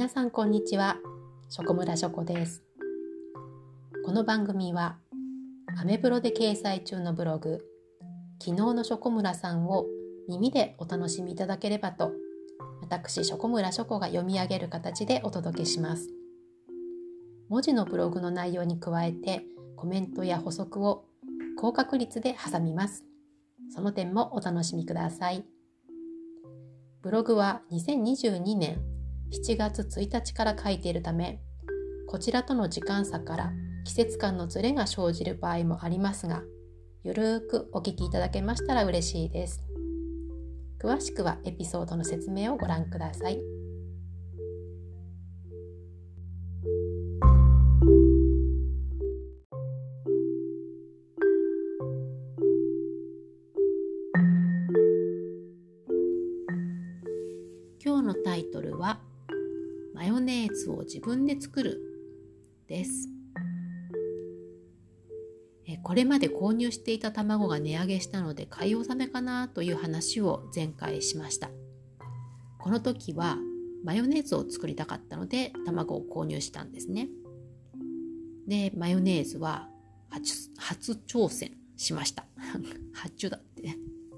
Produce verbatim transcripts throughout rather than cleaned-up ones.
さんこんにちは、しょこむらしょこです。この番組はアメブロで掲載中のブログ昨日のしょこむらさんを耳でお楽しみいただければと、私しょこむらしょこが読み上げる形でお届けします。文字のブログの内容に加えてコメントや補足を高確率で挟みます。その点もお楽しみください。ブログはにせんにじゅうにねんしちがつついたちから書いているため、こちらとの時間差から季節感のずれが生じる場合もありますが、ゆるーくお聞きいただけましたら嬉しいです。詳しくはエピソードの説明をご覧ください。今日のタイトルはマヨネーズを自分で作るです。これまで購入していた卵が値上げしたので買い納めかなという話を前回しました。この時はマヨネーズを作りたかったので卵を購入したんですね。で、マヨネーズは 初, 初挑戦しました。発注だって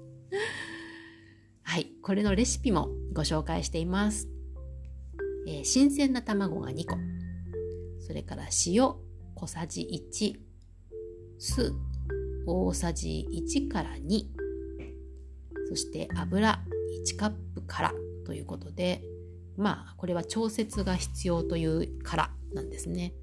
はい、これのレシピもご紹介しています。えー、新鮮な卵がにこ、それから塩小さじいち、酢大さじいちからに、そして油いちカップからということで、まあこれは調節が必要というからなんですね。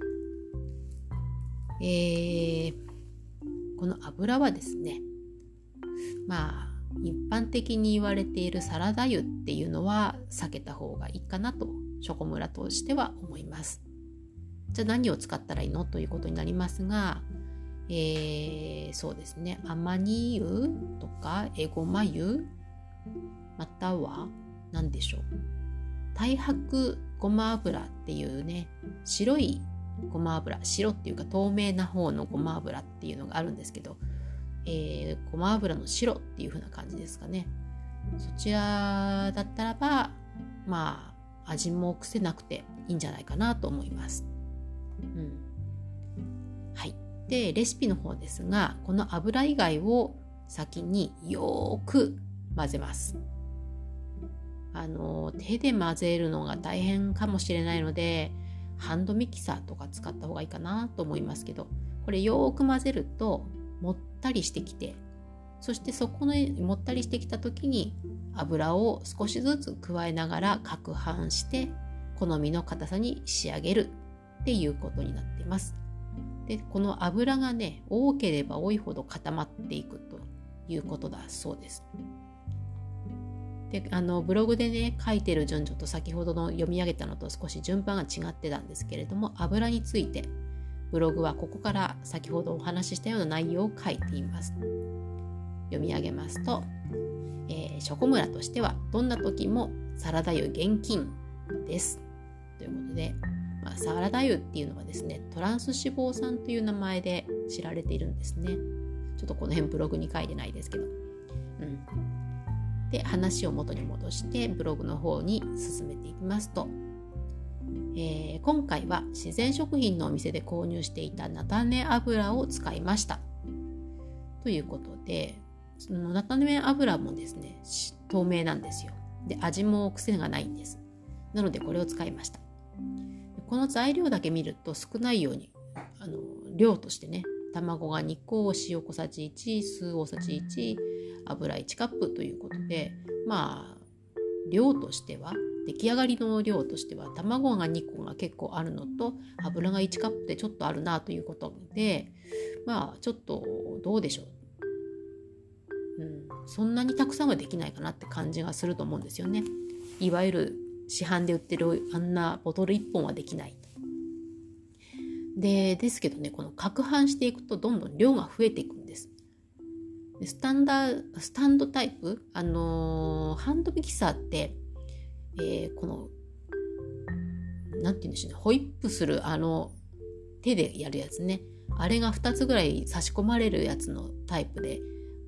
えー、この油はですね、まあ一般的に言われているサラダ油っていうのは避けた方がいいかなとしょこむらとしては思います。じゃあ何を使ったらいいのということになりますが、えー、そうですね、アマニ油とかエゴマ油、または何でしょう、太白ごま油っていうね、白いごま油、白っていうか透明な方のごま油っていうのがあるんですけど、えー、ごま油の白っていう風な感じですかね。そちらだったらばまあ味も癖なくていいんじゃないかなと思います。うん、はい。で、レシピの方ですが、この油以外を先によーく混ぜます。あの手で混ぜるのが大変かもしれないので、ハンドミキサーとか使った方がいいかなと思いますけど、これよーく混ぜるともったりしてきて、そしてそこのもったりしてきた時に油を少しずつ加えながら攪拌して好みの硬さに仕上げるっていうことになっています。で、この油がね、多ければ多いほど固まっていくということだそうです。で、あのブログでね書いてる順序と先ほどの読み上げたのと少し順番が違ってたんですけれども、油についてブログはここから先ほどお話ししたような内容を書いています。読み上げますと、えー、しょこむらとしてはどんな時もサラダ油厳禁ですということで、まあ、サラダ油っていうのはですね、トランス脂肪酸という名前で知られているんですね。ちょっとこの辺ブログに書いてないですけど、うん、で、話を元に戻してブログの方に進めていきますと、えー、今回は自然食品のお店で購入していた菜種油を使いましたということで、その菜種油もですね、透明なんですよ。で、味も癖がないんです。なのでこれを使いました。この材料だけ見ると少ないように、あの量としてね、卵がにこ、塩小さじいち、酢大さじいち、油いちカップということで、まあ量としては、出来上がりの量としては卵がにこが結構あるのと油がいちカップでちょっとあるなということで、まあちょっとどうでしょう、うん、そんなにたくさんはできないかなって感じがすると思うんですよね。いわゆる市販で売ってるあんなボトルいっぽんはできないでですけどね、この攪拌していくとどんどん量が増えていくんです。で、スタンダースタンドタイプ、あのー、ハンドミキサーって、えー、このなんて言うんでしょうね、ホイップするあの手でやるやつね、あれがふたつぐらい差し込まれるやつのタイプで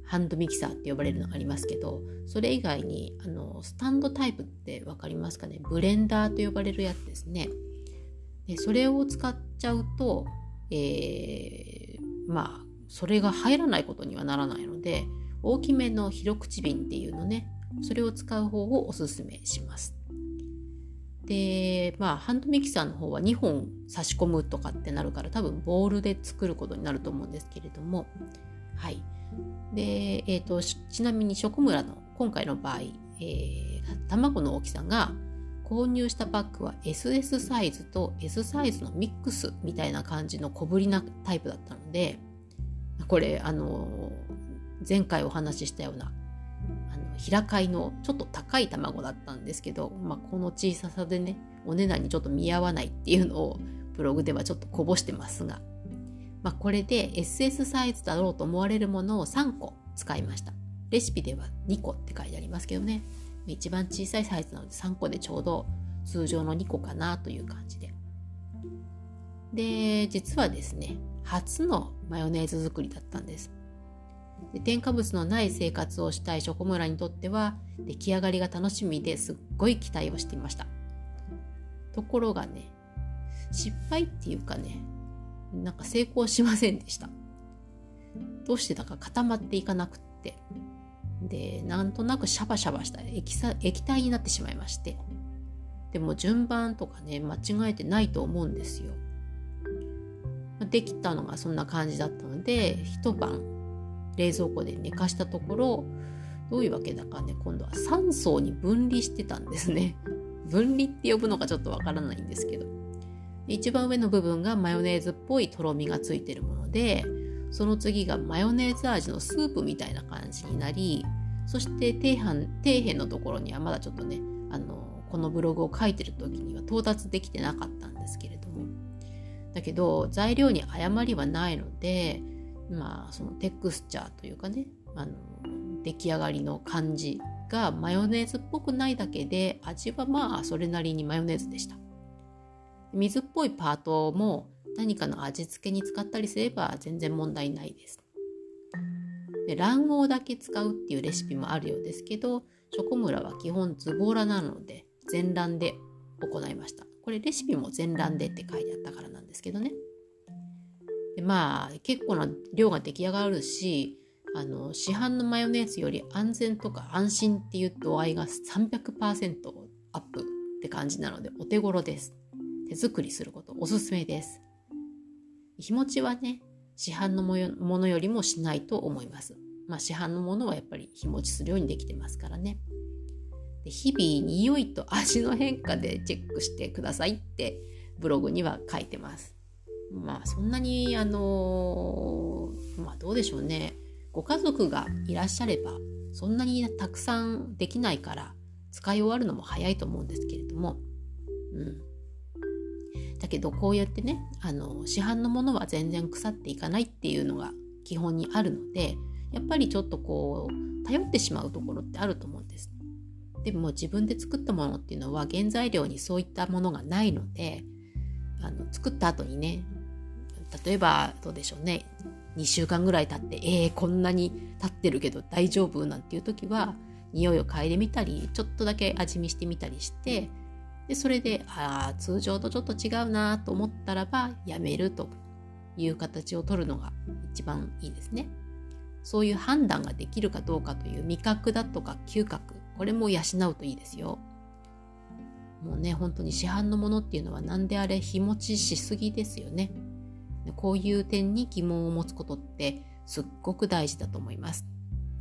ハンドミキサーって呼ばれるのがありますけど、それ以外にあのスタンドタイプって分かりますかね。ブレンダーと呼ばれるやつですね。でそれを使っちゃうと、えー、まあそれが入らないことにはならないので、大きめの広口瓶っていうのね、それを使う方をおすすめします。でまあハンドミキサーの方はにほん差し込むとかってなるから、多分ボウルで作ることになると思うんですけれども、はい。で、えーと、ちなみにショコムラの今回の場合、えー、卵の大きさが購入したパックは エスエス サイズと エス サイズのミックスみたいな感じの小ぶりなタイプだったので、これあの前回お話ししたようなあの平飼いのちょっと高い卵だったんですけど、まあ、この小ささでねお値段にちょっと見合わないっていうのをブログではちょっとこぼしてますが、まあ、これで エスエス サイズだろうと思われるものをさんこ使いました。レシピではにこって書いてありますけどね、一番小さいサイズなのでさんこでちょうど通常のにこかなという感じで。で、実はですね、初のマヨネーズ作りだったんです。で添加物のない生活をしたいショコムラにとっては出来上がりが楽しみですっごい期待をしていました。ところがね、失敗っていうかね、なんか成功しませんでした。どうしてだか固まっていかなくって、でなんとなくシャバシャバした液さ液体になってしまいまして、でも順番とかね間違えてないと思うんですよ。できたのがそんな感じだったので、一晩冷蔵庫で寝かしたところ、どういうわけだかね、今度はさん層に分離してたんですね。分離って呼ぶのかちょっとわからないんですけど、一番上の部分がマヨネーズっぽいとろみがついてるもので、その次がマヨネーズ味のスープみたいな感じになり、そして底辺、底辺のところにはまだちょっとね、あのこのブログを書いてる時には到達できてなかったんですけれども、だけど材料に誤りはないので、まあそのテクスチャーというかね、あの出来上がりの感じがマヨネーズっぽくないだけで、味はまあそれなりにマヨネーズでした。水っぽいパートも何かの味付けに使ったりすれば全然問題ないです。で卵黄だけ使うっていうレシピもあるようですけど、ショコムラは基本ズボラなので全卵で行いました。これレシピも全卵でって書いてあったからなんですけどね。でまあ結構な量が出来上がるし、あの市販のマヨネーズより安全とか安心っていう度合いが さんびゃくパーセント アップって感じなのでお手頃です。手作りすることおすすめです。日持ちはね、市販のものよりもしないと思います。まあ市販のものはやっぱり日持ちするようにできてますからね。で日々匂いと味の変化でチェックしてくださいってブログには書いてます。まあそんなにあのー、まあどうでしょうね。ご家族がいらっしゃればそんなにたくさんできないから使い終わるのも早いと思うんですけれども、うん。だけどこうやってね、あの市販のものは全然腐っていかないっていうのが基本にあるので、やっぱりちょっとこう頼ってしまうところってあると思うんです。でも自分で作ったものっていうのは原材料にそういったものがないので、あの作った後にね、例えばどうでしょうね、にしゅうかんぐらい経ってえー、こんなに経ってるけど大丈夫なんていう時は匂いを嗅いでみたり、ちょっとだけ味見してみたりして、でそれであ通常とちょっと違うなと思ったらばやめるという形を取るのが一番いいですね。そういう判断ができるかどうかという味覚だとか嗅覚、これも養うといいですよ。もうね、本当に市販のものっていうのは何であれ日持ちしすぎですよね。こういう点に疑問を持つことってすっごく大事だと思います。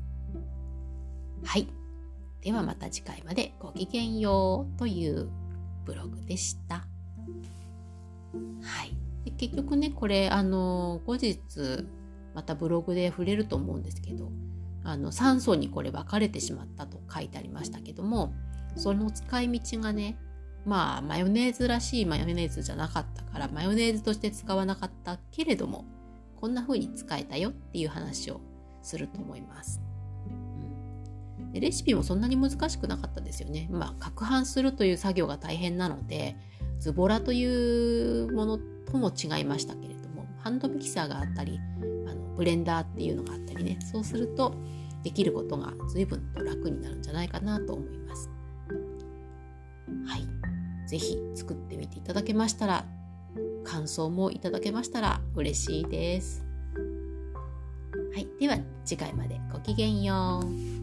はい。ではまた次回までごきげんようというブログでした。はい。で結局ね、これあの後日またブログで触れると思うんですけど、あのさん層にこれ分かれてしまったと書いてありましたけども、その使い道がね、まあマヨネーズらしいマヨネーズじゃなかったからマヨネーズとして使わなかったけれども、こんな風に使えたよっていう話をすると思います。うん、でレシピもそんなに難しくなかったですよね。まあ攪拌するという作業が大変なので、ズボラというものとも違いましたけれども、ハンドミキサーがあったり、あのブレンダーっていうのがあったりね、そうするとできることが随分と楽になるんじゃないかなと思います。はい。ぜひ作ってみていただけましたら、感想もいただけましたら嬉しいです。はい。では次回までごきげんよう。